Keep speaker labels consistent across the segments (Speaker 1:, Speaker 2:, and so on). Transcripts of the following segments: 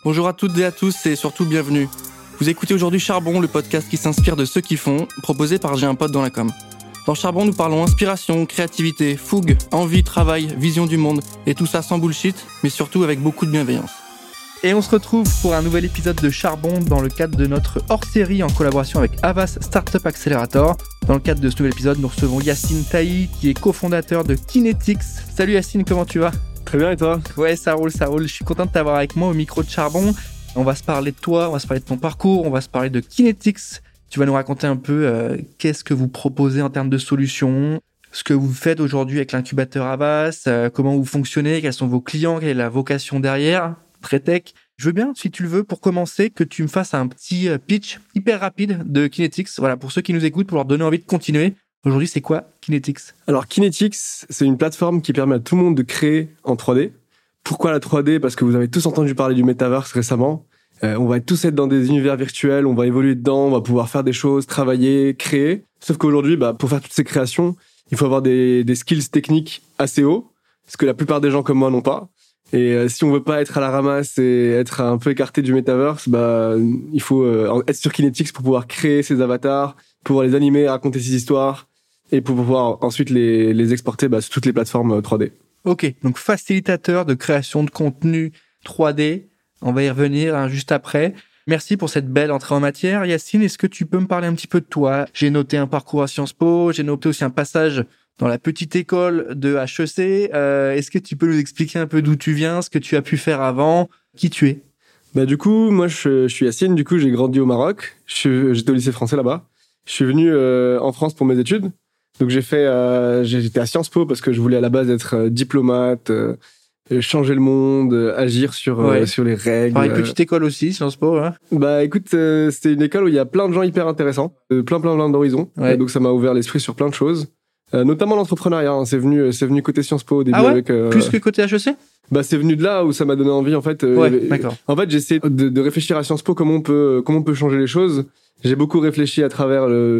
Speaker 1: Bonjour à toutes et à tous et surtout bienvenue. Vous écoutez aujourd'hui Charbon, le podcast qui s'inspire de ceux qui font, proposé par J'ai un pote dans la com. Dans Charbon, nous parlons inspiration, créativité, fougue, envie, travail, vision du monde, et tout ça sans bullshit, mais surtout avec beaucoup de bienveillance. Et on se retrouve pour un nouvel épisode de Charbon dans le cadre de notre hors-série en collaboration avec Havas Startup Accelerator. Dans le cadre de ce nouvel épisode, nous recevons Yacine Tahi, qui est cofondateur de Kinetics. Salut Yacine, comment tu vas ?
Speaker 2: Très bien, et toi ?
Speaker 1: Ouais, ça roule. Je suis content de t'avoir avec moi au micro de Charbon. On va se parler de toi, on va se parler de ton parcours, on va se parler de Kinetics. Tu vas nous raconter un peu qu'est-ce que vous proposez en termes de solutions, ce que vous faites aujourd'hui avec l'incubateur Havas, comment vous fonctionnez, quels sont vos clients, quelle est la vocation derrière, très tech. Je veux bien, si tu le veux, pour commencer, que tu me fasses un petit pitch hyper rapide de Kinetics. Voilà, pour ceux qui nous écoutent, pour leur donner envie de continuer. Aujourd'hui, c'est quoi Kinetics ?
Speaker 2: Alors, Kinetics, c'est une plateforme qui permet à tout le monde de créer en 3D. Pourquoi la 3D ? Parce que vous avez tous entendu parler du Metaverse récemment. On va tous être dans des univers virtuels, on va évoluer dedans, on va pouvoir faire des choses, travailler, créer. Sauf qu'aujourd'hui, pour faire toutes ces créations, il faut avoir des skills techniques assez hauts, ce que la plupart des gens comme moi n'ont pas. Et si on veut pas être à la ramasse et être un peu écarté du Metaverse, il faut être sur Kinetics pour pouvoir créer ses avatars, pouvoir les animer, raconter ses histoires, et pour pouvoir ensuite les exporter sur toutes les plateformes 3D.
Speaker 1: Ok, donc facilitateur de création de contenu 3D. On va y revenir juste après. Merci pour cette belle entrée en matière. Yacine, est-ce que tu peux me parler un petit peu de toi ? J'ai noté un parcours à Sciences Po, j'ai noté aussi un passage dans la petite école de HEC. Est-ce que tu peux nous expliquer un peu d'où tu viens, ce que tu as pu faire avant, qui tu es ?
Speaker 2: Du coup, moi je suis Yacine, du coup j'ai grandi au Maroc. J'étais au lycée français là-bas. Je suis venu en France pour mes études. Donc j'étais à Sciences Po parce que je voulais à la base être diplomate, changer le monde, agir sur les règles.
Speaker 1: Pareil, petite école aussi, Sciences Po. Hein.
Speaker 2: Écoute, c'était une école où il y a plein de gens hyper intéressants, plein d'horizons.
Speaker 1: Ouais.
Speaker 2: Donc ça m'a ouvert l'esprit sur plein de choses, notamment l'entrepreneuriat. Hein. C'est venu côté Sciences Po au début.
Speaker 1: Ah ouais,
Speaker 2: avec.
Speaker 1: Plus que côté HEC ?
Speaker 2: C'est venu de là où ça m'a donné envie en fait.
Speaker 1: D'accord.
Speaker 2: En fait, j'ai essayé de réfléchir à Sciences Po comment on peut changer les choses. J'ai beaucoup réfléchi à travers le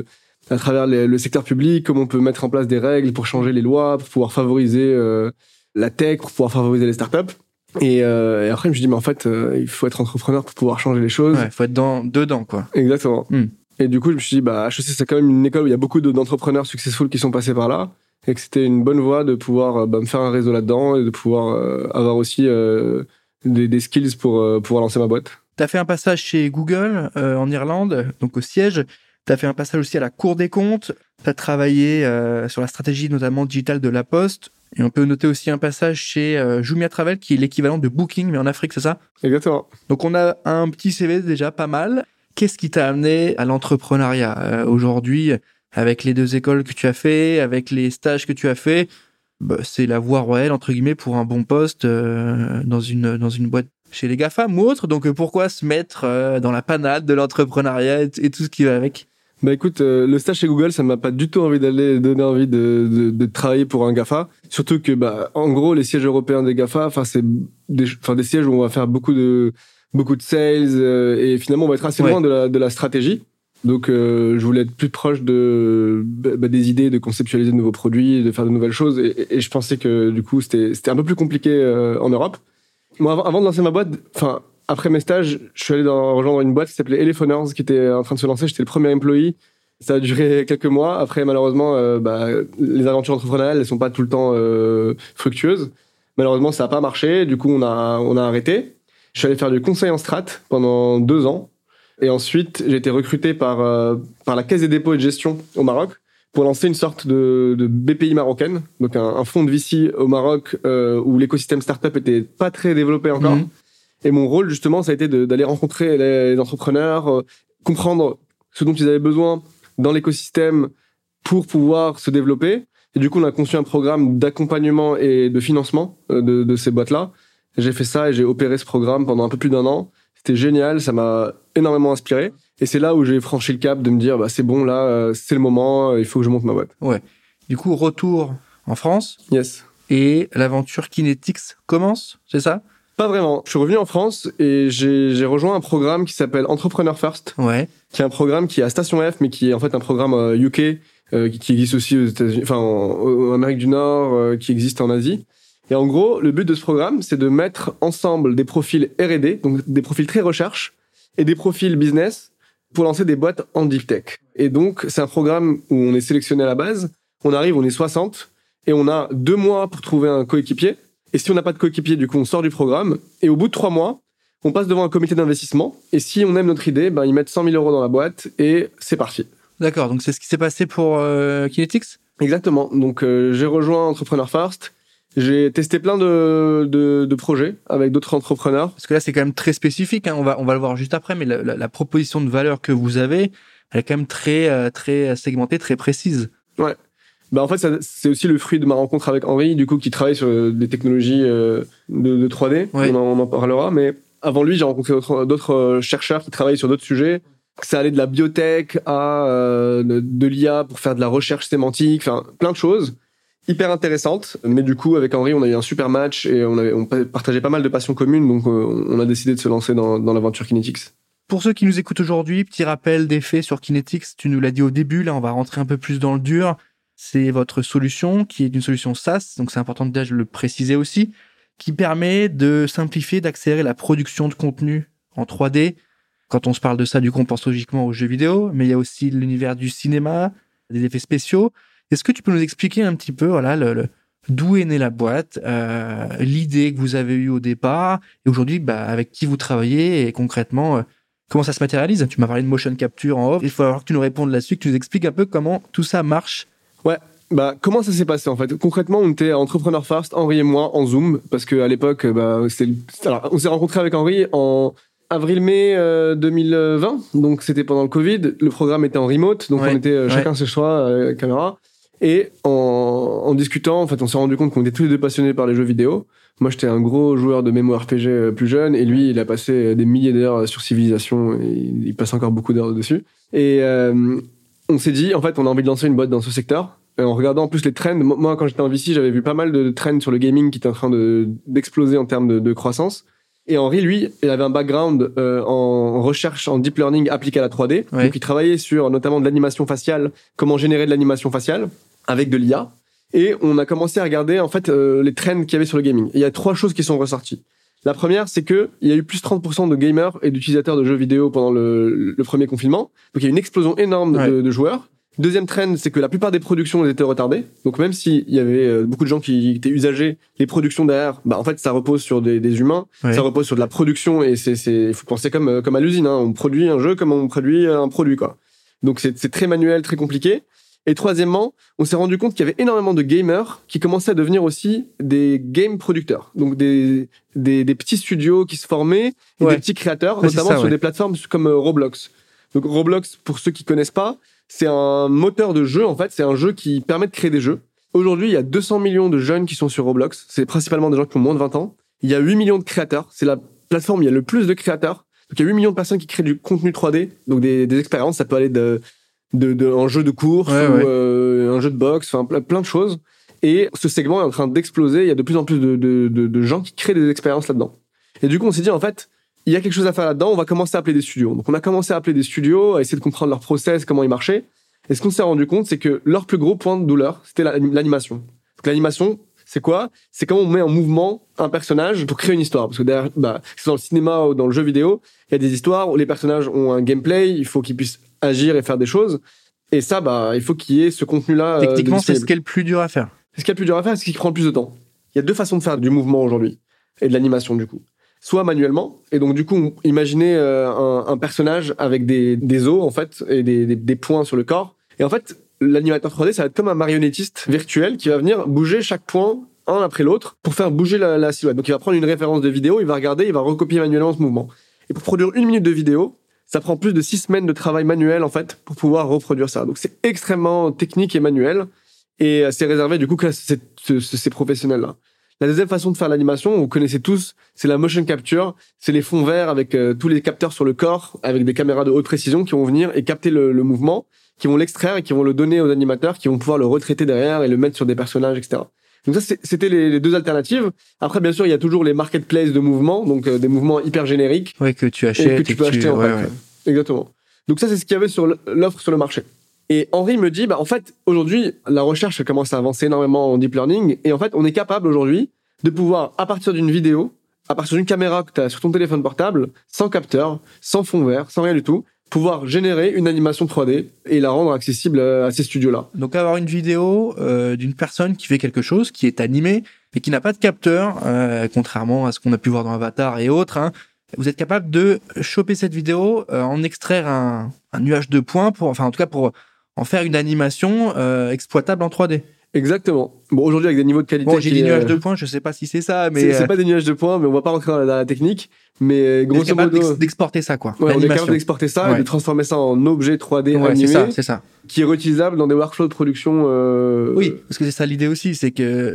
Speaker 2: secteur public, comment on peut mettre en place des règles pour changer les lois, pour pouvoir favoriser la tech, pour pouvoir favoriser les startups. Et après, je me suis dit, mais en fait, il faut être entrepreneur pour pouvoir changer les choses.
Speaker 1: Ouais, faut être dedans, quoi.
Speaker 2: Exactement. Et du coup, je me suis dit, HEC, c'est quand même une école où il y a beaucoup d'entrepreneurs successful qui sont passés par là. Et que c'était une bonne voie de pouvoir me faire un réseau là-dedans et de pouvoir avoir aussi des skills pour pouvoir lancer ma boîte.
Speaker 1: T'as fait un passage chez Google en Irlande, donc au siège. T'as fait un passage aussi à la Cour des comptes. T'as travaillé sur la stratégie notamment digitale de La Poste. Et on peut noter aussi un passage chez Jumia Travel, qui est l'équivalent de Booking, mais en Afrique, c'est ça ?
Speaker 2: Exactement.
Speaker 1: Donc on a un petit CV déjà pas mal. Qu'est-ce qui t'a amené à l'entrepreneuriat aujourd'hui, avec les 2 écoles que tu as fait, avec les stages que tu as fait ? C'est la voie royale, entre guillemets, pour un bon poste dans une boîte chez les GAFAM ou autre. Donc pourquoi se mettre dans la panade de l'entrepreneuriat et tout ce qui va avec ?
Speaker 2: Écoute, le stage chez Google, ça m'a pas du tout donné envie de travailler pour un GAFA. Surtout que, en gros, les sièges européens des GAFA, c'est des sièges où on va faire beaucoup de sales, et finalement, on va être assez loin de la stratégie. Donc, je voulais être plus proche des idées, de conceptualiser de nouveaux produits, de faire de nouvelles choses. Et je pensais que, du coup, c'était un peu plus compliqué en Europe. Moi, avant de lancer ma boîte, après mes stages, je suis allé rejoindre une boîte qui s'appelait Elephoners, qui était en train de se lancer. J'étais le premier employee. Ça a duré quelques mois. Après, malheureusement, les aventures entrepreneuriales, elles sont pas tout le temps fructueuses. Malheureusement, ça a pas marché. Du coup, on a arrêté. Je suis allé faire du conseil en strat pendant 2 ans. Et ensuite, j'ai été recruté par la Caisse des dépôts et de gestion au Maroc pour lancer une sorte de BPI marocaine. Donc, un fonds de VC au Maroc où l'écosystème startup était pas très développé encore. Et mon rôle, justement, ça a été d'aller rencontrer les entrepreneurs, comprendre ce dont ils avaient besoin dans l'écosystème pour pouvoir se développer. Et du coup, on a conçu un programme d'accompagnement et de financement de ces boîtes-là. J'ai fait ça et j'ai opéré ce programme pendant un peu plus d'1 an. C'était génial, ça m'a énormément inspiré. Et c'est là où j'ai franchi le cap de me dire, c'est bon, là, c'est le moment, il faut que je monte ma boîte.
Speaker 1: Ouais. Du coup, retour en France.
Speaker 2: Yes.
Speaker 1: Et l'aventure Kinetics commence, c'est ça ?
Speaker 2: Pas vraiment. Je suis revenu en France et j'ai rejoint un programme qui s'appelle Entrepreneur First.
Speaker 1: Ouais.
Speaker 2: Qui est un programme qui est à Station F, mais qui est en fait un programme UK, qui existe aussi aux États-Unis, en Amérique du Nord, qui existe en Asie. Et en gros, le but de ce programme, c'est de mettre ensemble des profils R&D, donc des profils très recherche, et des profils business pour lancer des boîtes en deep tech. Et donc, c'est un programme où on est sélectionné à la base, on arrive, on est 60, et on a 2 mois pour trouver un coéquipier. Et si on n'a pas de coéquipier, du coup, on sort du programme, et au bout de 3 mois, on passe devant un comité d'investissement, et si on aime notre idée, ils mettent 100 000 € dans la boîte, et c'est parti.
Speaker 1: D'accord, donc c'est ce qui s'est passé pour Kinetics ?
Speaker 2: Exactement. Donc, j'ai rejoint Entrepreneur First. J'ai testé plein de projets avec d'autres entrepreneurs.
Speaker 1: Parce que là, c'est quand même très spécifique. On va le voir juste après, mais la proposition de valeur que vous avez, elle est quand même très segmentée, très précise.
Speaker 2: Ouais. En fait, c'est aussi le fruit de ma rencontre avec Henri, du coup, qui travaille sur des technologies de 3D. Ouais. On en parlera. Mais avant lui, j'ai rencontré d'autres chercheurs qui travaillent sur d'autres sujets. Ça allait de la biotech à de l'IA pour faire de la recherche sémantique, enfin, plein de choses. Hyper intéressante, mais du coup avec Henri on a eu un super match et on partageait pas mal de passions communes, donc on a décidé de se lancer dans l'aventure Kinetics.
Speaker 1: Pour ceux qui nous écoutent aujourd'hui, petit rappel des faits sur Kinetics, tu nous l'as dit au début, là on va rentrer un peu plus dans le dur. C'est votre solution qui est une solution SaaS, donc c'est important de le préciser aussi, qui permet de simplifier, d'accélérer la production de contenu en 3D. Quand on se parle de ça, du coup on pense logiquement aux jeux vidéo, mais il y a aussi l'univers du cinéma, des effets spéciaux. Est-ce que tu peux nous expliquer un petit peu, d'où est née la boîte, l'idée que vous avez eue au départ, et aujourd'hui, avec qui vous travaillez, et concrètement, comment ça se matérialise ? Tu m'as parlé de motion capture en off. Il faut que tu nous répondes là-dessus, que tu nous expliques un peu comment tout ça marche.
Speaker 2: Ouais. Comment ça s'est passé en fait ? Concrètement, on était Entrepreneur First, Henri et moi, en Zoom, parce qu'à l'époque, on s'est rencontrés avec Henri en avril-mai 2020, donc c'était pendant le Covid. Le programme était en remote, donc on était chacun chez soi, caméra. Et en discutant, en fait, on s'est rendu compte qu'on était tous les deux passionnés par les jeux vidéo. Moi, j'étais un gros joueur de MMORPG plus jeune, et lui, il a passé des milliers d'heures sur Civilization, et il passe encore beaucoup d'heures dessus. Et on s'est dit, en fait, on a envie de lancer une boîte dans ce secteur. Et en regardant en plus les trends, moi, quand j'étais en VC, j'avais vu pas mal de trends sur le gaming qui étaient en train d'exploser en termes de croissance. Et Henri, lui, il avait un background en recherche en deep learning appliqué à la 3D. Ouais. Donc, il travaillait sur notamment de l'animation faciale, comment générer de l'animation faciale avec de l'IA. Et on a commencé à regarder en fait les trends qu'il y avait sur le gaming. Et il y a 3 choses qui sont ressorties. La première, c'est que il y a eu plus de 30% de gamers et d'utilisateurs de jeux vidéo pendant le premier confinement. Donc, il y a eu une explosion énorme de joueurs. Deuxième trend, c'est que la plupart des productions étaient retardées. Donc même s'il y avait beaucoup de gens qui étaient usagers, les productions derrière, en fait, ça repose sur des humains, ça repose sur de la production, et il faut penser comme à l'usine, hein. On produit un jeu comme on produit un produit, quoi. Donc c'est très manuel, très compliqué. Et troisièmement, on s'est rendu compte qu'il y avait énormément de gamers qui commençaient à devenir aussi des game producteurs. Donc des petits studios qui se formaient, et des petits créateurs, notamment sur des plateformes comme Roblox. Donc Roblox, pour ceux qui connaissent pas, c'est un moteur de jeu, en fait. C'est un jeu qui permet de créer des jeux. Aujourd'hui, il y a 200 millions de jeunes qui sont sur Roblox. C'est principalement des gens qui ont moins de 20 ans. Il y a 8 millions de créateurs. C'est la plateforme où il y a le plus de créateurs. Donc, il y a 8 millions de personnes qui créent du contenu 3D. Donc, des expériences. Ça peut aller un jeu de course ou un jeu de boxe. Enfin, plein de choses. Et ce segment est en train d'exploser. Il y a de plus en plus de gens qui créent des expériences là-dedans. Et du coup, on s'est dit, en fait, il y a quelque chose à faire là-dedans, on va commencer à appeler des studios. Donc on a commencé à appeler des studios, à essayer de comprendre leur process, comment ils marchaient. Et ce qu'on s'est rendu compte, c'est que leur plus gros point de douleur, c'était l'animation. Donc l'animation, c'est quoi ? C'est comment on met en mouvement un personnage pour créer une histoire. Parce que derrière, que ce soit dans le cinéma ou dans le jeu vidéo, il y a des histoires où les personnages ont un gameplay, il faut qu'ils puissent agir et faire des choses. Et ça, il faut qu'il y ait ce contenu-là.
Speaker 1: Techniquement, c'est ce qui est le plus dur à faire.
Speaker 2: C'est ce qui est le plus dur à faire, c'est ce qui prend le plus de temps. Il y a 2 façons de faire du mouvement aujourd'hui. Et de l'animation, du coup. Soit manuellement, et donc du coup, imaginez un personnage avec des os, en fait, et des points sur le corps. Et en fait, l'animateur 3D, ça va être comme un marionnettiste virtuel qui va venir bouger chaque point, un après l'autre, pour faire bouger la silhouette. Donc il va prendre une référence de vidéo, il va regarder, il va recopier manuellement ce mouvement. Et pour produire 1 minute de vidéo, ça prend plus de 6 semaines de travail manuel, en fait, pour pouvoir reproduire ça. Donc c'est extrêmement technique et manuel, et c'est réservé, du coup, que ces professionnels-là. La deuxième façon de faire l'animation, vous connaissez tous, c'est la motion capture. C'est les fonds verts avec tous les capteurs sur le corps, avec des caméras de haute précision qui vont venir et capter le mouvement, qui vont l'extraire et qui vont le donner aux animateurs, qui vont pouvoir le retraiter derrière et le mettre sur des personnages, etc. Donc ça, c'était les 2 alternatives. Après, bien sûr, il y a toujours les marketplaces de mouvements, donc des mouvements hyper génériques.
Speaker 1: Oui, que tu achètes.
Speaker 2: Et que tu peux acheter, en fait. Ouais. Exactement. Donc ça, c'est ce qu'il y avait sur l'offre sur le marché. Et Henri me dit, en fait, aujourd'hui, la recherche commence à avancer énormément en deep learning. Et en fait, on est capable aujourd'hui de pouvoir, à partir d'une vidéo, à partir d'une caméra que tu as sur ton téléphone portable, sans capteur, sans fond vert, sans rien du tout, pouvoir générer une animation 3D et la rendre accessible à ces studios-là.
Speaker 3: Donc avoir une vidéo d'une personne qui fait quelque chose, qui est animée, mais qui n'a pas de capteur, contrairement à ce qu'on a pu voir dans Avatar et autres, hein, vous êtes capable de choper cette vidéo, en extraire un nuage de points, pour en faire une animation exploitable en 3D.
Speaker 2: Exactement. Bon, aujourd'hui, avec des niveaux de qualité...
Speaker 3: Bon, j'ai dit nuages de points, je sais pas si c'est ça, mais...
Speaker 2: C'est pas des nuages de points, mais on va pas rentrer dans la technique. Mais grosso modo...
Speaker 3: d'exporter ça, quoi.
Speaker 2: Ouais, on est capable d'exporter ça et de transformer ça en objet 3D animé.
Speaker 3: C'est ça.
Speaker 2: Qui est réutilisable dans des workflows de production.
Speaker 3: Oui, parce que c'est ça l'idée aussi, c'est que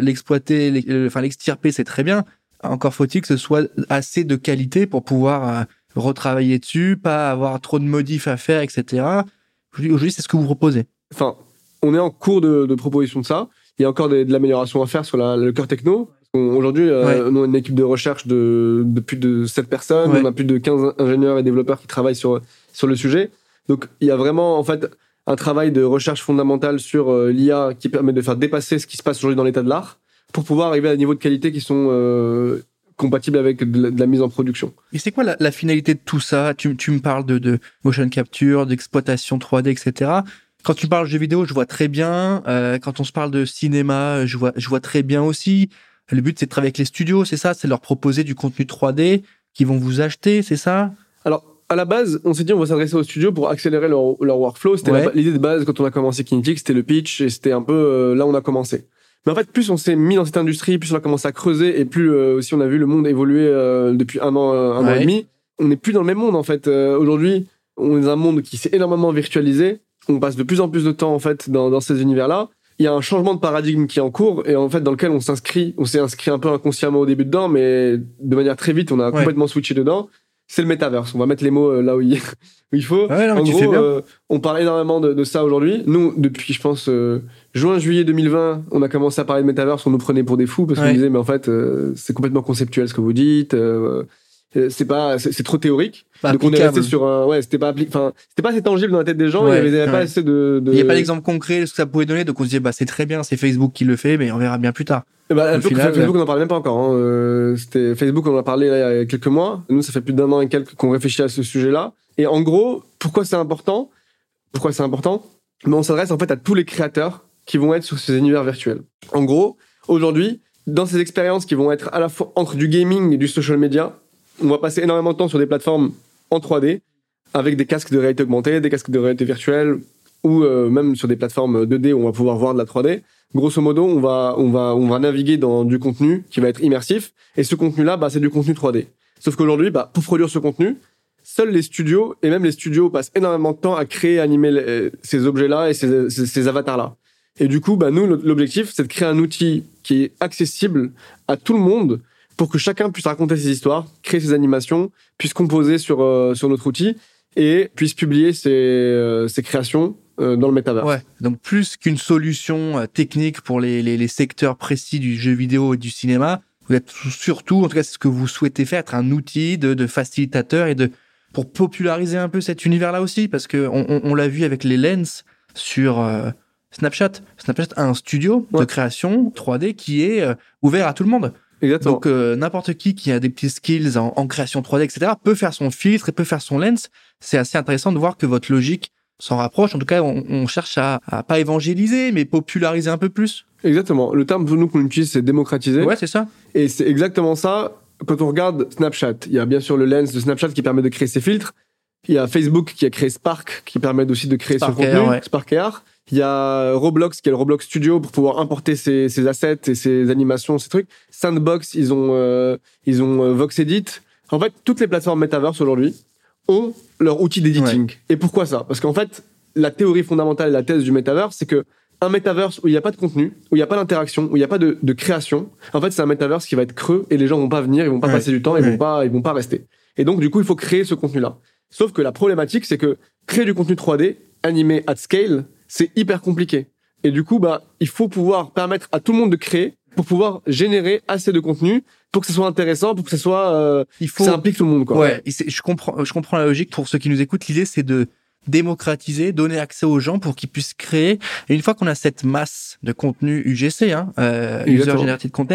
Speaker 3: l'extirper, c'est très bien. Encore faut-il que ce soit assez de qualité pour pouvoir retravailler dessus, pas avoir trop de modifs à faire, etc. Aujourd'hui, c'est ce que vous proposez.
Speaker 2: Enfin, on est en cours de proposition de ça. Il y a encore de l'amélioration à faire sur le cœur techno. Aujourd'hui, nous, on a une équipe de recherche de plus de 7 personnes. On a plus de 15 ingénieurs et développeurs qui travaillent sur le sujet. Donc, il y a vraiment, en fait, un travail de recherche fondamentale sur l'IA qui permet de faire dépasser ce qui se passe aujourd'hui dans l'état de l'art pour pouvoir arriver à des niveaux de qualité qui sont compatibles avec de la mise en production.
Speaker 3: Et c'est quoi la finalité de tout ça ? Tu me parles de motion capture, d'exploitation 3D, etc. Quand tu parles de jeux vidéo, je vois très bien. Quand on se parle de cinéma, je vois très bien aussi. Le but, c'est de travailler avec les studios, c'est ça ? C'est leur proposer du contenu 3D qu'ils vont vous acheter, c'est ça ?
Speaker 2: Alors, à la base, on s'est dit on va s'adresser aux studios pour accélérer leur workflow. C'était l'idée de base quand on a commencé Kinetic, c'était le pitch et c'était un peu là où on a commencé. Mais en fait, plus on s'est mis dans cette industrie, plus on a commencé à creuser et plus aussi on a vu le monde évoluer depuis un an et demi. On n'est plus dans le même monde en fait. Aujourd'hui, on est dans un monde qui s'est énormément virtualisé. On passe de plus en plus de temps en fait dans ces univers-là. Il y a un changement de paradigme qui est en cours et en fait dans lequel on s'est inscrit un peu inconsciemment au début dedans, mais de manière très vite on a complètement switché dedans. C'est le metaverse. On va mettre les mots là où il faut. En gros, on parle énormément de ça aujourd'hui. Nous, depuis, je pense, juin-juillet 2020, on a commencé à parler de metaverse. On nous prenait pour des fous parce qu'on disait, mais en fait, c'est complètement conceptuel ce que vous dites. C'est trop théorique. Donc on est resté sur c'était pas assez tangible dans la tête des gens. Il y avait pas assez de.
Speaker 3: Il n'y a pas d'exemple concret de ce que ça pouvait donner. Donc on se disait, c'est très bien, c'est Facebook qui le fait, mais on verra bien plus tard.
Speaker 2: Facebook, on n'en parlait même pas encore. Hein. C'était Facebook, on en a parlé là, il y a quelques mois. Nous, ça fait plus d'un an et quelques qu'on réfléchit à ce sujet-là. Et en gros, pourquoi c'est important ? Mais on s'adresse en fait à tous les créateurs qui vont être sur ces univers virtuels. En gros, aujourd'hui, dans ces expériences qui vont être à la fois entre du gaming et du social media, on va passer énormément de temps sur des plateformes en 3D avec des casques de réalité augmentée, des casques de réalité virtuelle ou même sur des plateformes 2D où on va pouvoir voir de la 3D. Grosso modo, on va naviguer dans du contenu qui va être immersif et ce contenu-là, c'est du contenu 3D. Sauf qu'aujourd'hui, pour produire ce contenu, seuls les studios et même les studios passent énormément de temps à créer, animer ces objets-là et ces avatars-là. Et du coup, nous, l'objectif, c'est de créer un outil qui est accessible à tout le monde pour que chacun puisse raconter ses histoires, créer ses animations, puisse composer sur notre outil et puisse publier ses créations dans le métavers.
Speaker 3: Ouais, donc plus qu'une solution technique pour les secteurs précis du jeu vidéo et du cinéma, vous êtes surtout, en tout cas c'est ce que vous souhaitez faire, être un outil de facilitateur et pour populariser un peu cet univers-là aussi, parce que on l'a vu avec les lens sur Snapchat. Snapchat a un studio de création 3D qui est ouvert à tout le monde.
Speaker 2: Exactement.
Speaker 3: Donc n'importe qui a des petits skills en création 3D, etc., peut faire son filtre et peut faire son lens. C'est assez intéressant de voir que votre logique s'en rapproche. En tout cas, on cherche à pas évangéliser, mais populariser un peu plus.
Speaker 2: Exactement. Le terme pour nous qu'on utilise, c'est démocratiser.
Speaker 3: Ouais, c'est ça.
Speaker 2: Et c'est exactement ça. Quand on regarde Snapchat, il y a bien sûr le lens de Snapchat qui permet de créer ses filtres. Il y a Facebook qui a créé Spark, qui permet aussi de créer son contenu. Spark AR. Il y a Roblox qui est le Roblox Studio pour pouvoir importer ses assets et ses animations, ces trucs. Sandbox, ils ont VoxEdit. En fait, toutes les plateformes Metaverse aujourd'hui ont leur outil d'editing. Ouais. Et pourquoi ça ? Parce qu'en fait, la théorie fondamentale et la thèse du Metaverse, c'est que un Metaverse où il n'y a pas de contenu, où il n'y a pas d'interaction, où il n'y a pas de création, en fait, c'est un Metaverse qui va être creux et les gens vont pas venir, ils vont pas passer du temps, ils vont pas rester. Et donc, du coup, il faut créer ce contenu-là. Sauf que la problématique, c'est que créer du contenu 3D animé at scale, c'est hyper compliqué. Et du coup, il faut pouvoir permettre à tout le monde de créer pour pouvoir générer assez de contenu pour que ce soit intéressant, pour que ce soit, ça implique tout le monde, quoi.
Speaker 3: Ouais. Je comprends la logique. Pour ceux qui nous écoutent, l'idée, c'est de démocratiser, donner accès aux gens pour qu'ils puissent créer. Et une fois qu'on a cette masse de contenu UGC, User Generated Content,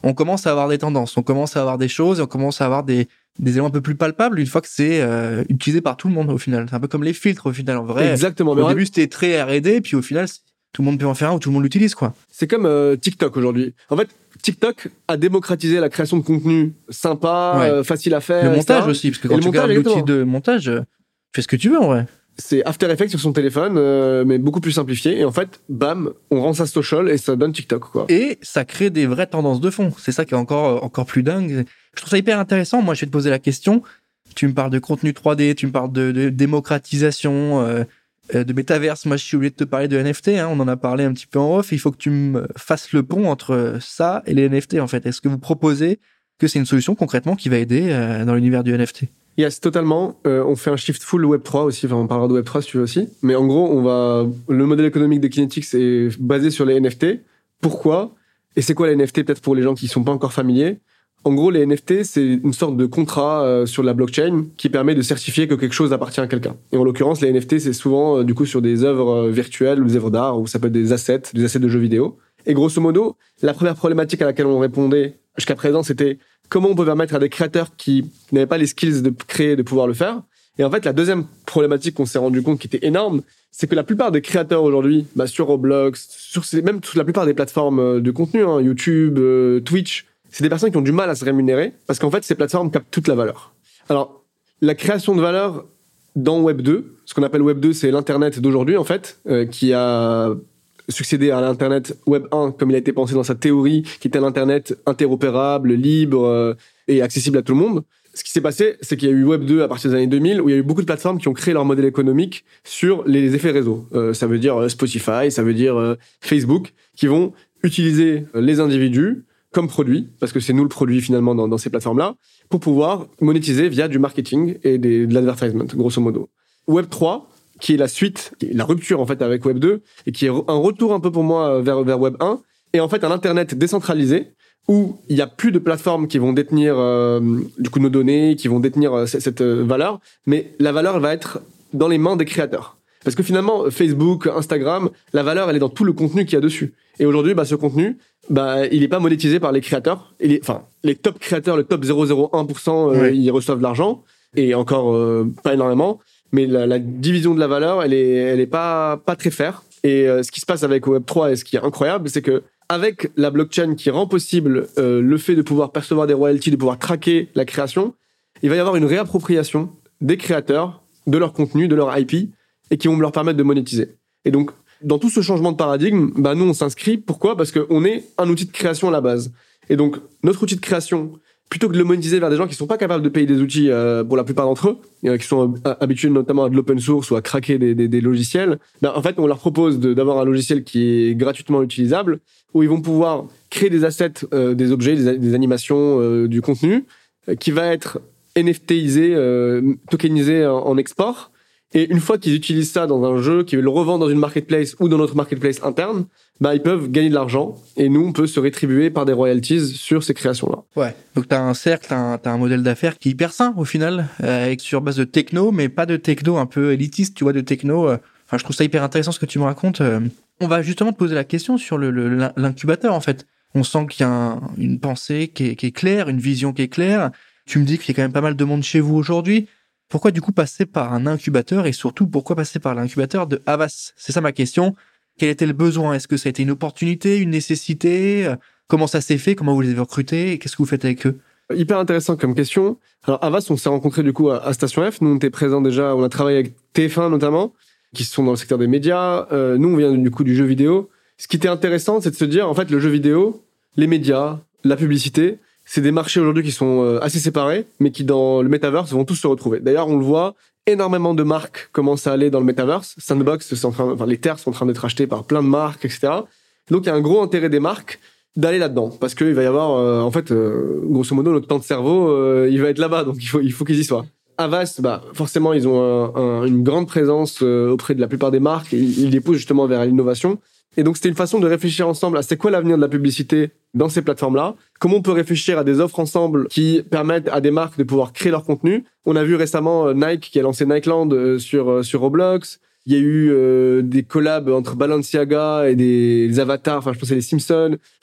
Speaker 3: on commence à avoir des tendances, on commence à avoir des choses, et on commence à avoir des éléments un peu plus palpables une fois que c'est utilisé par tout le monde au final. C'est un peu comme les filtres au final. En vrai,
Speaker 2: Exactement.
Speaker 3: au début c'était très R&D, puis au final tout le monde peut en faire un ou tout le monde l'utilise quoi.
Speaker 2: C'est comme TikTok aujourd'hui. En fait, TikTok a démocratisé la création de contenu sympa, facile à faire.
Speaker 3: Le montage
Speaker 2: etc.
Speaker 3: aussi, parce que quand tu regardes l'outil de montage, tu fais ce que tu veux en vrai.
Speaker 2: C'est After Effects sur son téléphone, mais beaucoup plus simplifié. Et en fait, bam, on rend ça social et ça donne TikTok, quoi.
Speaker 3: Et ça crée des vraies tendances de fond. C'est ça qui est encore plus dingue. Je trouve ça hyper intéressant. Moi, je vais te poser la question. Tu me parles de contenu 3D, tu me parles de démocratisation, de métaverse. Moi, je suis obligé de te parler de NFT. Hein. On en a parlé un petit peu en off. Il faut que tu me fasses le pont entre ça et les NFT, en fait. Est-ce que vous proposez que c'est une solution concrètement qui va aider dans l'univers du NFT?
Speaker 2: Yes, totalement. On fait un shift full Web3 aussi. Enfin, on parlera de Web3 si tu veux aussi. Mais en gros, le modèle économique de Kinetics est basé sur les NFT. Pourquoi? Et c'est quoi les NFT, peut-être pour les gens qui sont pas encore familiers? En gros, les NFT, c'est une sorte de contrat sur la blockchain qui permet de certifier que quelque chose appartient à quelqu'un. Et en l'occurrence, les NFT, c'est souvent du coup sur des œuvres virtuelles ou des œuvres d'art, ou ça peut être des assets de jeux vidéo. Et grosso modo, la première problématique à laquelle on répondait jusqu'à présent, c'était comment on peut permettre à des créateurs qui n'avaient pas les skills de créer, de pouvoir le faire. Et en fait, la deuxième problématique qu'on s'est rendu compte qui était énorme, c'est que la plupart des créateurs aujourd'hui, sur Roblox, même sur la plupart des plateformes de contenu, YouTube, Twitch, c'est des personnes qui ont du mal à se rémunérer parce qu'en fait, ces plateformes captent toute la valeur. Alors, la création de valeur dans Web 2, ce qu'on appelle Web 2, c'est l'Internet d'aujourd'hui, en fait, qui a succédé à l'Internet Web 1, comme il a été pensé dans sa théorie, qui était l'Internet interopérable, libre et accessible à tout le monde. Ce qui s'est passé, c'est qu'il y a eu Web 2 à partir des années 2000, où il y a eu beaucoup de plateformes qui ont créé leur modèle économique sur les effets réseau. Ça veut dire Spotify, ça veut dire Facebook, qui vont utiliser les individus comme produit, parce que c'est nous le produit finalement dans ces plateformes-là, pour pouvoir monétiser via du marketing et de l'advertisement, grosso modo. Web 3, qui est la suite, la rupture en fait avec Web 2, et qui est un retour un peu pour moi vers Web 1, et en fait un Internet décentralisé, où il n'y a plus de plateformes qui vont détenir du coup nos données, qui vont détenir cette valeur, mais la valeur elle va être dans les mains des créateurs. Parce que finalement, Facebook, Instagram, la valeur elle est dans tout le contenu qu'il y a dessus. Et aujourd'hui, ce contenu, il n'est pas monétisé par les créateurs. Les top créateurs, le top 0,01%, ils reçoivent de l'argent, et encore pas énormément. Mais la division de la valeur, elle est pas très fair. Et ce qui se passe avec Web3 et ce qui est incroyable, c'est que avec la blockchain qui rend possible le fait de pouvoir percevoir des royalties, de pouvoir traquer la création, il va y avoir une réappropriation des créateurs, de leur contenu, de leur IP, et qui vont leur permettre de monétiser. Et donc, dans tout ce changement de paradigme, nous, on s'inscrit. Pourquoi? Parce qu'on est un outil de création à la base. Et donc, notre outil de création, plutôt que de le monétiser vers des gens qui sont pas capables de payer des outils pour la plupart d'entre eux, qui sont habitués notamment à de l'open source ou à craquer des logiciels, en fait, on leur propose d'avoir un logiciel qui est gratuitement utilisable, où ils vont pouvoir créer des assets, des objets, des animations, du contenu, qui va être NFTisé, tokenisé en export. Et une fois qu'ils utilisent ça dans un jeu, qu'ils le revendent dans une marketplace ou dans notre marketplace interne, ils peuvent gagner de l'argent. Et nous, on peut se rétribuer par des royalties sur ces créations-là.
Speaker 3: Ouais. Donc, t'as un cercle, t'as un modèle d'affaires qui est hyper sain, au final, sur base de techno, mais pas de techno un peu élitiste, tu vois, de techno. Je trouve ça hyper intéressant ce que tu me racontes. On va justement te poser la question sur l'incubateur, en fait. On sent qu'il y a une pensée qui est claire, une vision qui est claire. Tu me dis qu'il y a quand même pas mal de monde chez vous aujourd'hui. Pourquoi du coup passer par un incubateur et surtout pourquoi passer par l'incubateur de Havas? C'est ça ma question. Quel était le besoin? Est-ce que ça a été une opportunité, une nécessité? Comment ça s'est fait? Comment vous les avez recrutés? Qu'est-ce que vous faites avec eux?
Speaker 2: Hyper intéressant comme question. Alors Havas, on s'est rencontrés du coup à Station F. Nous, on était présents déjà, on a travaillé avec TF1 notamment, qui sont dans le secteur des médias. Nous, on vient du coup du jeu vidéo. Ce qui était intéressant, c'est de se dire, en fait, le jeu vidéo, les médias, la publicité, c'est des marchés aujourd'hui qui sont assez séparés, mais qui dans le metaverse vont tous se retrouver. D'ailleurs, on le voit, énormément de marques commencent à aller dans le metaverse. Sandbox, les terres sont en train d'être achetées par plein de marques, etc. Donc, il y a un gros intérêt des marques d'aller là-dedans, parce qu'il va y avoir, grosso modo, notre temps de cerveau, il va être là-bas, donc il faut qu'ils y soient. Havas, forcément, ils ont une grande présence auprès de la plupart des marques, et ils les poussent justement vers l'innovation. Et donc, c'était une façon de réfléchir ensemble à c'est quoi l'avenir de la publicité dans ces plateformes-là. Comment on peut réfléchir à des offres ensemble qui permettent à des marques de pouvoir créer leur contenu. On a vu récemment Nike qui a lancé Nikeland sur Roblox. Il y a eu des collabs entre Balenciaga et des avatars. Je pense que c'est les Simpsons.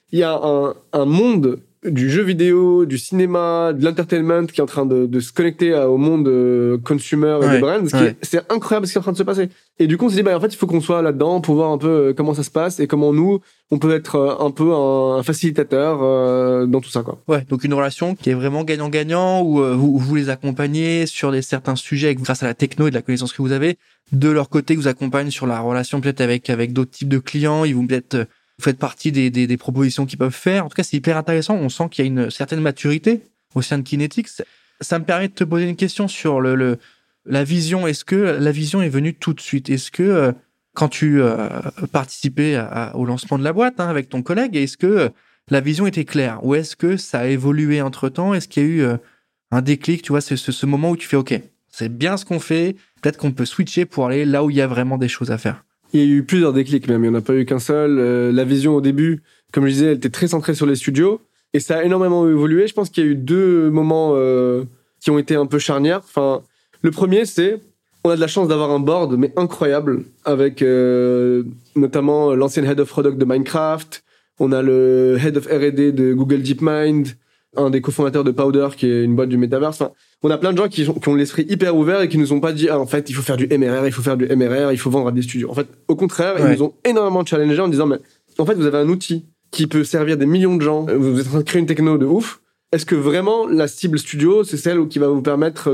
Speaker 2: il y a un monde du jeu vidéo, du cinéma, de l'entertainment qui est en train de se connecter au monde consumer et des brands. C'est incroyable ce qui est en train de se passer. Et du coup, on s'est dit, en fait, il faut qu'on soit là-dedans pour voir un peu comment ça se passe et comment nous, on peut être un peu un facilitateur dans tout ça, quoi.
Speaker 3: Ouais, donc une relation qui est vraiment gagnant-gagnant où vous les accompagnez sur certains sujets grâce à la techno et de la connaissance que vous avez. De leur côté, ils vous accompagnent sur la relation peut-être avec d'autres types de clients. Ils vont peut-être vous faites partie des propositions qu'ils peuvent faire. En tout cas, c'est hyper intéressant. On sent qu'il y a une certaine maturité au sein de Kinetics. Ça me permet de te poser une question sur la vision. Est-ce que la vision est venue tout de suite? Est-ce que quand tu participais au lancement de la boîte avec ton collègue, est-ce que la vision était claire? Ou est-ce que ça a évolué entre-temps? Est-ce qu'il y a eu un déclic, tu vois, ce moment où tu fais « Ok, c'est bien ce qu'on fait, peut-être qu'on peut switcher pour aller là où il y a vraiment des choses à faire ».
Speaker 2: Il y a eu plusieurs déclics même, il n'y en a pas eu qu'un seul. La vision au début, comme je disais, elle était très centrée sur les studios et ça a énormément évolué. Je pense qu'il y a eu 2 moments qui ont été un peu charnières. Enfin, le premier, c'est on a de la chance d'avoir un board mais incroyable avec notamment l'ancienne head of product de Minecraft. On a le head of R&D de Google DeepMind, un des cofondateurs de Powder qui est une boîte du Metaverse. Enfin, on a plein de gens qui ont l'esprit hyper ouvert et qui nous ont pas dit en fait il faut faire du MRR, il faut vendre à des studios. En fait, au contraire, ils nous ont énormément challengé en disant mais en fait vous avez un outil qui peut servir des millions de gens, vous êtes en train de créer une techno de ouf. Est-ce que vraiment la cible studio c'est celle qui va vous permettre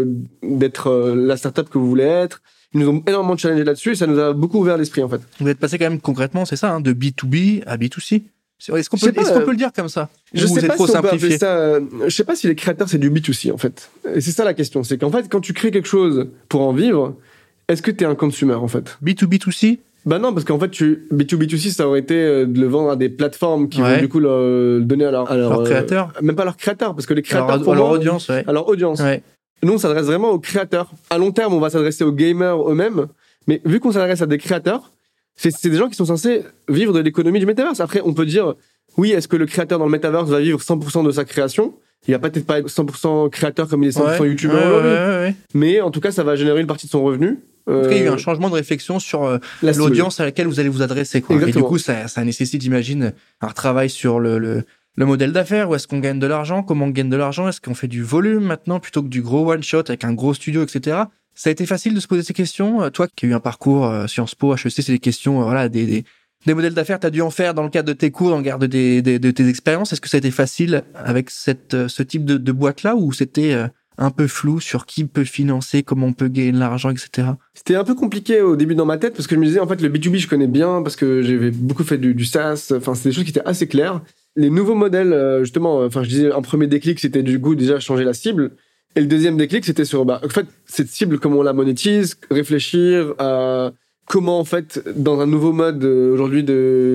Speaker 2: d'être la startup que vous voulez être? Ils nous ont énormément challengé là-dessus et ça nous a beaucoup ouvert l'esprit en fait.
Speaker 3: Vous êtes passé quand même concrètement, c'est ça, de B2B à B2C. Est-ce qu'on peut le dire comme ça?
Speaker 2: Je sais pas si on peut appeler ça. Je sais pas si les créateurs c'est du B2C en fait. Et c'est ça la question, c'est qu'en fait quand tu crées quelque chose pour en vivre, est-ce que t'es un consumer en fait?
Speaker 3: B2B2C?
Speaker 2: Bah non, parce qu'en fait B2B2C ça aurait été de le vendre à des plateformes qui vont du coup le donner à leurs
Speaker 3: créateurs.
Speaker 2: Même pas leurs créateurs, parce que les créateurs
Speaker 3: à leur audience.
Speaker 2: À leur audience.
Speaker 3: Ouais.
Speaker 2: Nous on s'adresse vraiment aux créateurs. À long terme on va s'adresser aux gamers eux-mêmes, mais vu qu'on s'adresse à des créateurs. C'est des gens qui sont censés vivre de l'économie du métaverse. Après, on peut dire, oui, est-ce que le créateur dans le métaverse va vivre 100% de sa création? Il va peut-être pas être 100% créateur comme il est 100% youtubeur aujourd'hui. Ouais. Mais en tout cas, ça va générer une partie de son revenu.
Speaker 3: En tout cas, il y a eu un changement de réflexion sur l'audience à laquelle vous allez vous adresser, quoi. Et du coup, ça nécessite, j'imagine, un travail sur le modèle d'affaires. Où est-ce qu'on gagne de l'argent? Comment on gagne de l'argent? Est-ce qu'on fait du volume maintenant plutôt que du gros one-shot avec un gros studio, etc.? Ça a été facile de se poser ces questions. Toi qui as eu un parcours Sciences Po, HEC, c'est des questions, des modèles d'affaires. Tu as dû en faire dans le cadre de tes cours, dans le cadre de tes expériences. Est-ce que ça a été facile avec ce type de boîte-là ou c'était un peu flou sur qui peut financer, comment on peut gagner de l'argent, etc.
Speaker 2: C'était un peu compliqué au début dans ma tête parce que je me disais, en fait, le B2B, je connais bien parce que j'avais beaucoup fait du SaaS. Enfin, c'est des choses qui étaient assez claires. Les nouveaux modèles, justement, je disais, un premier déclic, c'était du coup déjà changer la cible. Et le deuxième déclic, c'était sur, en fait, cette cible, comment on la monétise, réfléchir à comment, en fait, dans un nouveau mode, aujourd'hui,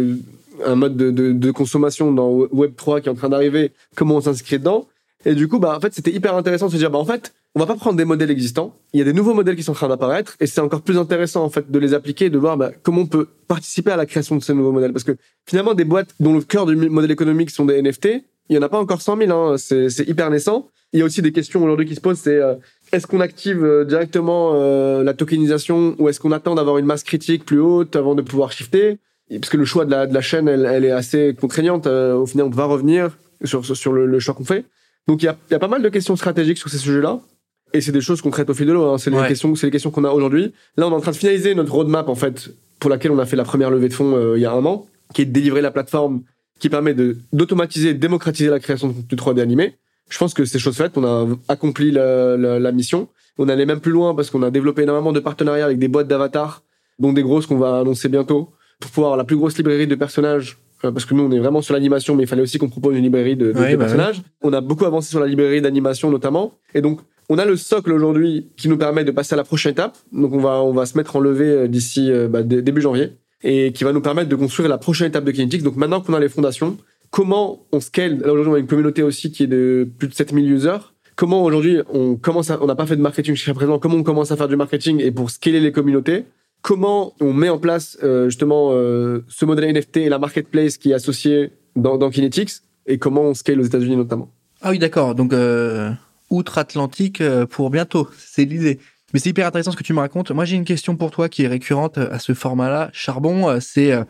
Speaker 2: un mode de consommation dans Web3 qui est en train d'arriver, comment on s'inscrit dedans. Et du coup, en fait, c'était hyper intéressant de se dire, en fait, on va pas prendre des modèles existants. Il y a des nouveaux modèles qui sont en train d'apparaître et c'est encore plus intéressant, en fait, de les appliquer et de voir, comment on peut participer à la création de ces nouveaux modèles. Parce que finalement, des boîtes dont le cœur du modèle économique sont des NFT, il y en a pas encore 100 000, c'est hyper naissant. Il y a aussi des questions aujourd'hui qui se posent, c'est est-ce qu'on active directement la tokenisation ou est-ce qu'on attend d'avoir une masse critique plus haute avant de pouvoir shifter? Parce que le choix de la chaîne, elle est assez contraignante. Au final, on va revenir sur le choix qu'on fait. Donc il y a pas mal de questions stratégiques sur ces sujets-là. Et c'est des choses qu'on traite au fil de l'eau. C'est les questions qu'on a aujourd'hui. Là, on est en train de finaliser notre roadmap, en fait, pour laquelle on a fait la première levée de fonds il y a 1 an, qui est de délivrer la plateforme qui permet d'automatiser et de démocratiser la création de contenu 3D animé. Je pense que c'est chose faite. On a accompli la mission. On allait même plus loin parce qu'on a développé énormément de partenariats avec des boîtes d'avatars, dont des grosses qu'on va annoncer bientôt, pour pouvoir avoir la plus grosse librairie de personnages. Parce que nous, on est vraiment sur l'animation, mais il fallait aussi qu'on propose une librairie de personnages. On a beaucoup avancé sur la librairie d'animation, notamment. Et donc, on a le socle aujourd'hui qui nous permet de passer à la prochaine étape. Donc, on va se mettre en levée d'ici début janvier et qui va nous permettre de construire la prochaine étape de Kinetics. Donc, maintenant qu'on a les fondations, comment on scale? Là, aujourd'hui, on a une communauté aussi qui est de plus de 7000 users. Comment aujourd'hui, on n'a pas fait de marketing jusqu'à présent, comment on commence à faire du marketing et pour scaler les communautés? Comment on met en place justement ce modèle NFT et la marketplace qui est associée dans Kinetics et comment on scale aux États-Unis notamment.
Speaker 3: Ah oui, d'accord. Donc outre-Atlantique pour bientôt, c'est l'idée. Mais c'est hyper intéressant ce que tu me racontes. Moi, j'ai une question pour toi qui est récurrente à ce format-là. Charbon, c'est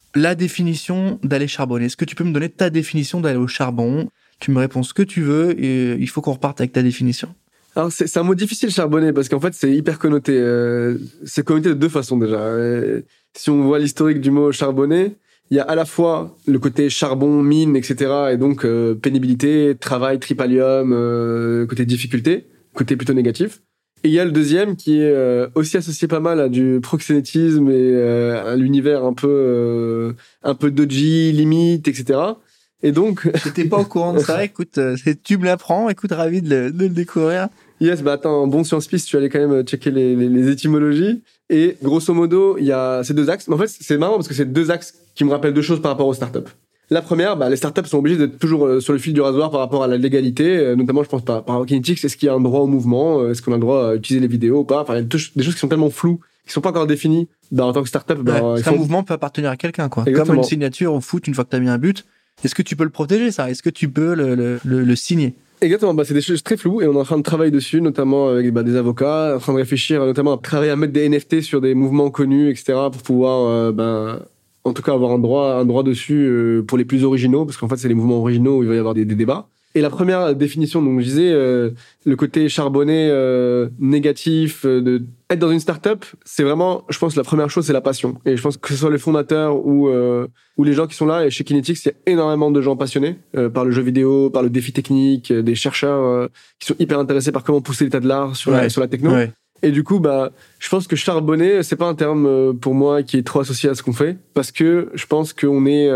Speaker 3: la définition d'aller charbonner. Est-ce que tu peux me donner ta définition d'aller au charbon? Tu me réponds ce que tu veux et il faut qu'on reparte avec ta définition.
Speaker 2: Alors, c'est un mot difficile, charbonner, parce qu'en fait, c'est hyper connoté. C'est connoté de deux façons, déjà. Si on voit l'historique du mot charbonner, il y a à la fois le côté charbon, mine, etc., et donc pénibilité, travail, tripalium, côté difficulté, côté plutôt négatif. Et il y a le deuxième qui est aussi associé pas mal à du proxénétisme et à l'univers un peu dodgy, limite, etc. Et donc...
Speaker 3: J'étais pas au courant de ça, écoute, tu me l'apprends, écoute, ravi de le découvrir.
Speaker 2: Yes, bah attends, bon science-piste, tu allais quand même checker les étymologies. Et grosso modo, il y a ces deux axes. Mais en fait, c'est marrant parce que c'est deux axes qui me rappellent deux choses par rapport aux startups. La première, les startups sont obligées d'être toujours sur le fil du rasoir par rapport à la légalité, notamment, je pense, par Kinetics. Est-ce qu'il y a un droit au mouvement? Est-ce qu'on a le droit à utiliser les vidéos ou pas? Enfin, il y a des choses qui sont tellement floues, qui sont pas encore définies. En tant que startup,
Speaker 3: un mouvement peut appartenir à quelqu'un, quoi.
Speaker 2: Exactement.
Speaker 3: Comme une signature au foot, une fois que t'as mis un but. Est-ce que tu peux le protéger, ça? Est-ce que tu peux le signer?
Speaker 2: Exactement, c'est des choses très floues et on est en train de travailler dessus, notamment avec des avocats, en train de réfléchir notamment à travailler à mettre des NFT sur des mouvements connus, etc., pour pouvoir, en tout cas, avoir un droit dessus pour les plus originaux, parce qu'en fait, c'est les mouvements originaux où il va y avoir des débats. Et la première définition, donc je disais, le côté charbonné, négatif, de être dans une start-up, c'est vraiment, je pense, la première chose, c'est la passion. Et je pense que ce soit les fondateurs ou les gens qui sont là, et chez Kinetics, il y a énormément de gens passionnés par le jeu vidéo, par le défi technique, des chercheurs qui sont hyper intéressés par comment pousser l'état de l'art sur la techno. Ouais. Et du coup, je pense que charbonner, c'est pas un terme pour moi qui est trop associé à ce qu'on fait, parce que je pense qu'on est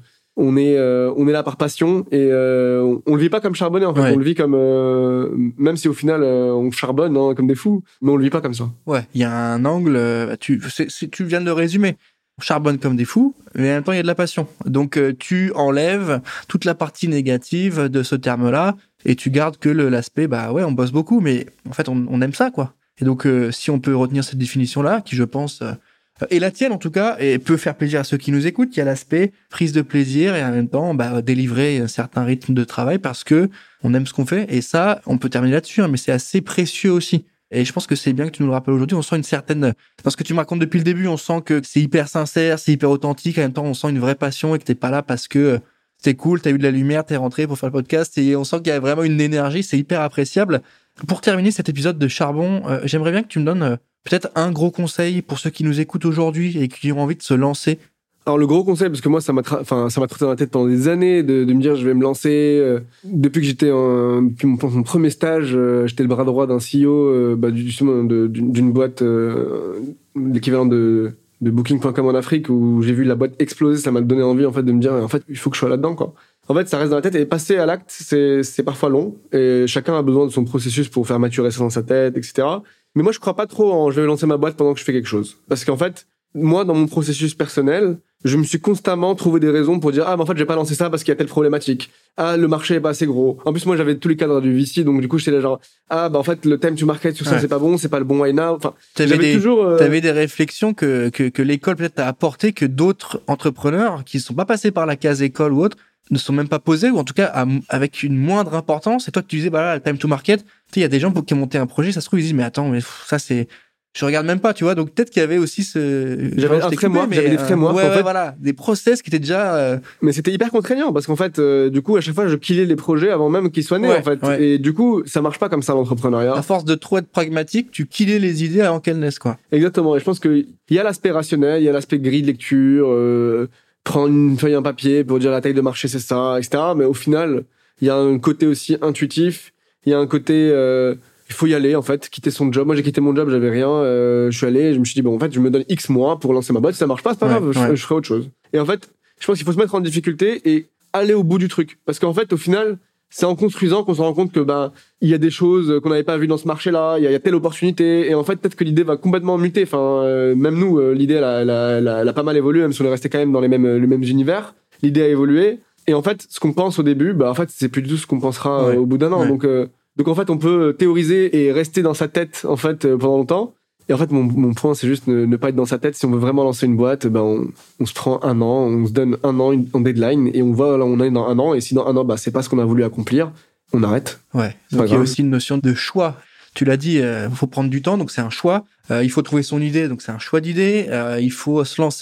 Speaker 2: là par passion et on le vit pas comme charbonner en fait. Ouais. On le vit comme même si au final on charbonne comme des fous, mais on le vit pas comme ça.
Speaker 3: Ouais, il y a un angle. Tu viens de le résumer. On charbonne comme des fous, mais en même temps il y a de la passion. Donc tu enlèves toute la partie négative de ce terme-là et tu gardes que l'aspect on bosse beaucoup, mais en fait on aime ça quoi. Et donc si on peut retenir cette définition-là, qui je pense et la tienne en tout cas, et peut faire plaisir à ceux qui nous écoutent, il y a l'aspect prise de plaisir et en même temps délivrer un certain rythme de travail parce que on aime ce qu'on fait. Et ça, on peut terminer là-dessus, mais c'est assez précieux aussi. Et je pense que c'est bien que tu nous le rappelles aujourd'hui. On sent une certaine, dans ce que tu me racontes depuis le début, on sent que c'est hyper sincère, c'est hyper authentique. En même temps, on sent une vraie passion et que t'es pas là parce que c'est cool, t'as eu de la lumière, t'es rentré pour faire le podcast et on sent qu'il y a vraiment une énergie, c'est hyper appréciable. Pour terminer cet épisode de Charbon, j'aimerais bien que tu me donnes peut-être un gros conseil pour ceux qui nous écoutent aujourd'hui et qui ont envie de se lancer.
Speaker 2: Alors le gros conseil, parce que moi ça m'a trotté dans la tête pendant des années de me dire je vais me lancer. Depuis que j'étais depuis mon premier stage, j'étais le bras droit d'un CEO justement d'une boîte l'équivalent de Booking.com en Afrique où j'ai vu la boîte exploser. Ça m'a donné envie en fait de me dire en fait il faut que je sois là-dedans quoi. En fait, ça reste dans la tête et passer à l'acte, c'est parfois long et chacun a besoin de son processus pour faire maturer ça dans sa tête, etc. Mais moi, je crois pas trop en je vais lancer ma boîte pendant que je fais quelque chose. Parce qu'en fait, moi, dans mon processus personnel, je me suis constamment trouvé des raisons pour dire en fait, j'ai pas lancé ça parce qu'il y a telle problématique. Le marché est pas assez gros. En plus, moi, j'avais tous les cadres du VC, donc du coup, j'étais là genre en fait, le time to market sur ça, c'est pas bon, c'est pas le bon why now. Enfin,
Speaker 3: t'avais des réflexions que l'école peut-être t'a apporté que d'autres entrepreneurs qui sont pas passés par la case école ou autre ne sont même pas posés, ou en tout cas avec une moindre importance. Et toi, tu disais, le time to market, tu sais, il y a des gens qui ont monté un projet, ça se trouve, ils disent, mais attends, mais ça, c'est... Je regarde même pas, tu vois. Donc peut-être qu'il y avait aussi
Speaker 2: j'avais des frameworks.
Speaker 3: Ouais, en fait, voilà, des process qui étaient déjà.
Speaker 2: Mais c'était hyper contraignant parce qu'en fait, du coup, à chaque fois, je killais les projets avant même qu'ils soient nés, en fait. Ouais. Et du coup, ça marche pas comme ça l'entrepreneuriat.
Speaker 3: À force de trop être pragmatique, tu killais les idées avant qu'elles naissent, quoi.
Speaker 2: Exactement. Et je pense que il y a l'aspect rationnel, il y a l'aspect grille de lecture, prendre une feuille, un papier pour dire la taille de marché, c'est ça, etc. Mais au final, il y a un côté aussi intuitif. Il y a un côté il faut y aller en fait, quitter son job. Moi j'ai quitté mon job, j'avais rien, je suis allé et je me suis dit en fait je me donne X mois pour lancer ma boîte, si ça marche pas, c'est pas grave, je ferai autre chose. Et en fait, je pense qu'il faut se mettre en difficulté et aller au bout du truc parce qu'en fait au final, c'est en construisant qu'on se rend compte que il y a des choses qu'on n'avait pas vues dans ce marché-là, il y a telle opportunité et en fait peut-être que l'idée va complètement muter. Enfin même nous l'idée elle a pas mal évolué, même si on est resté quand même dans les mêmes univers. L'idée a évolué et en fait ce qu'on pense au début, en fait c'est plus du tout ce qu'on pensera au bout d'un an. Donc en fait, on peut théoriser et rester dans sa tête en fait pendant longtemps. Et en fait, mon point, c'est juste ne pas être dans sa tête. Si on veut vraiment lancer une boîte, on se prend un an, on se donne un an en deadline et on voit là où on est dans un an. Et si dans un an, c'est pas ce qu'on a voulu accomplir, on arrête.
Speaker 3: Ouais. Donc il y a aussi une notion de choix. Tu l'as dit, faut prendre du temps, donc c'est un choix. Il faut trouver son idée, donc c'est un choix d'idée. Il faut se lancer.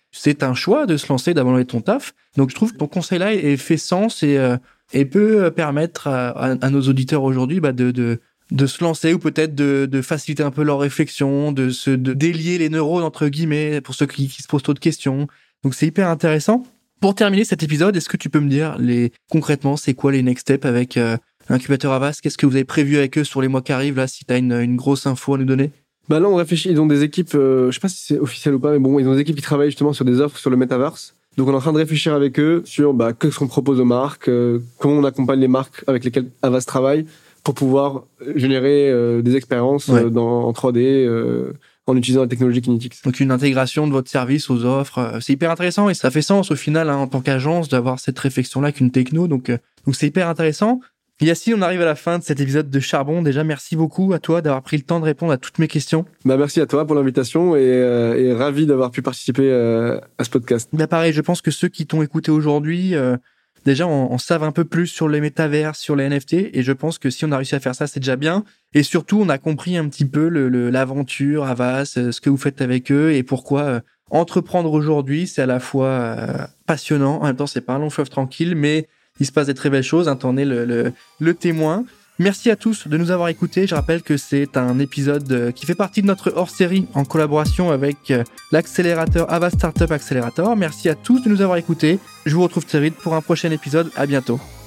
Speaker 3: c'est un choix de se lancer, d'abandonner ton taf. Donc je trouve que ton conseil-là fait sens et peut permettre à nos auditeurs aujourd'hui de se lancer ou peut-être de faciliter un peu leur réflexion, de délier les neurones entre guillemets pour ceux qui se posent trop de questions. Donc c'est hyper intéressant. Pour terminer cet épisode, est-ce que tu peux me dire concrètement c'est quoi les next steps avec l'incubateur Avast? Qu'est-ce que vous avez prévu avec eux sur les mois qui arrivent là, si tu as une grosse info à nous donner?
Speaker 2: Bah là, on réfléchit. Ils ont des équipes, je sais pas si c'est officiel ou pas, mais bon, ils ont des équipes qui travaillent justement sur des offres sur le Metaverse. Donc, on est en train de réfléchir avec eux sur qu'est-ce qu'on propose aux marques, comment on accompagne les marques avec lesquelles Avast travaille pour pouvoir générer des expériences en 3D en utilisant la technologie Kinetix.
Speaker 3: Donc, une intégration de votre service aux offres. C'est hyper intéressant et ça fait sens au final en tant qu'agence d'avoir cette réflexion-là qu'une techno. Donc, c'est hyper intéressant. Yacine, on arrive à la fin de cet épisode de Charbon. Déjà, merci beaucoup à toi d'avoir pris le temps de répondre à toutes mes questions.
Speaker 2: Merci à toi pour l'invitation et ravi d'avoir pu participer à ce podcast.
Speaker 3: Pareil, je pense que ceux qui t'ont écouté aujourd'hui, déjà, on savent un peu plus sur les métavers, sur les NFT. Et je pense que si on a réussi à faire ça, c'est déjà bien. Et surtout, on a compris un petit peu l'aventure Avast, ce que vous faites avec eux et pourquoi entreprendre aujourd'hui, c'est à la fois passionnant. En même temps, c'est pas un long fleuve tranquille, mais il se passe des très belles choses, t'en es le témoin. Merci à tous de nous avoir écoutés. Je rappelle que c'est un épisode qui fait partie de notre hors-série en collaboration avec l'accélérateur Avast Startup Accelerator. Merci à tous de nous avoir écoutés. Je vous retrouve très vite pour un prochain épisode. À bientôt.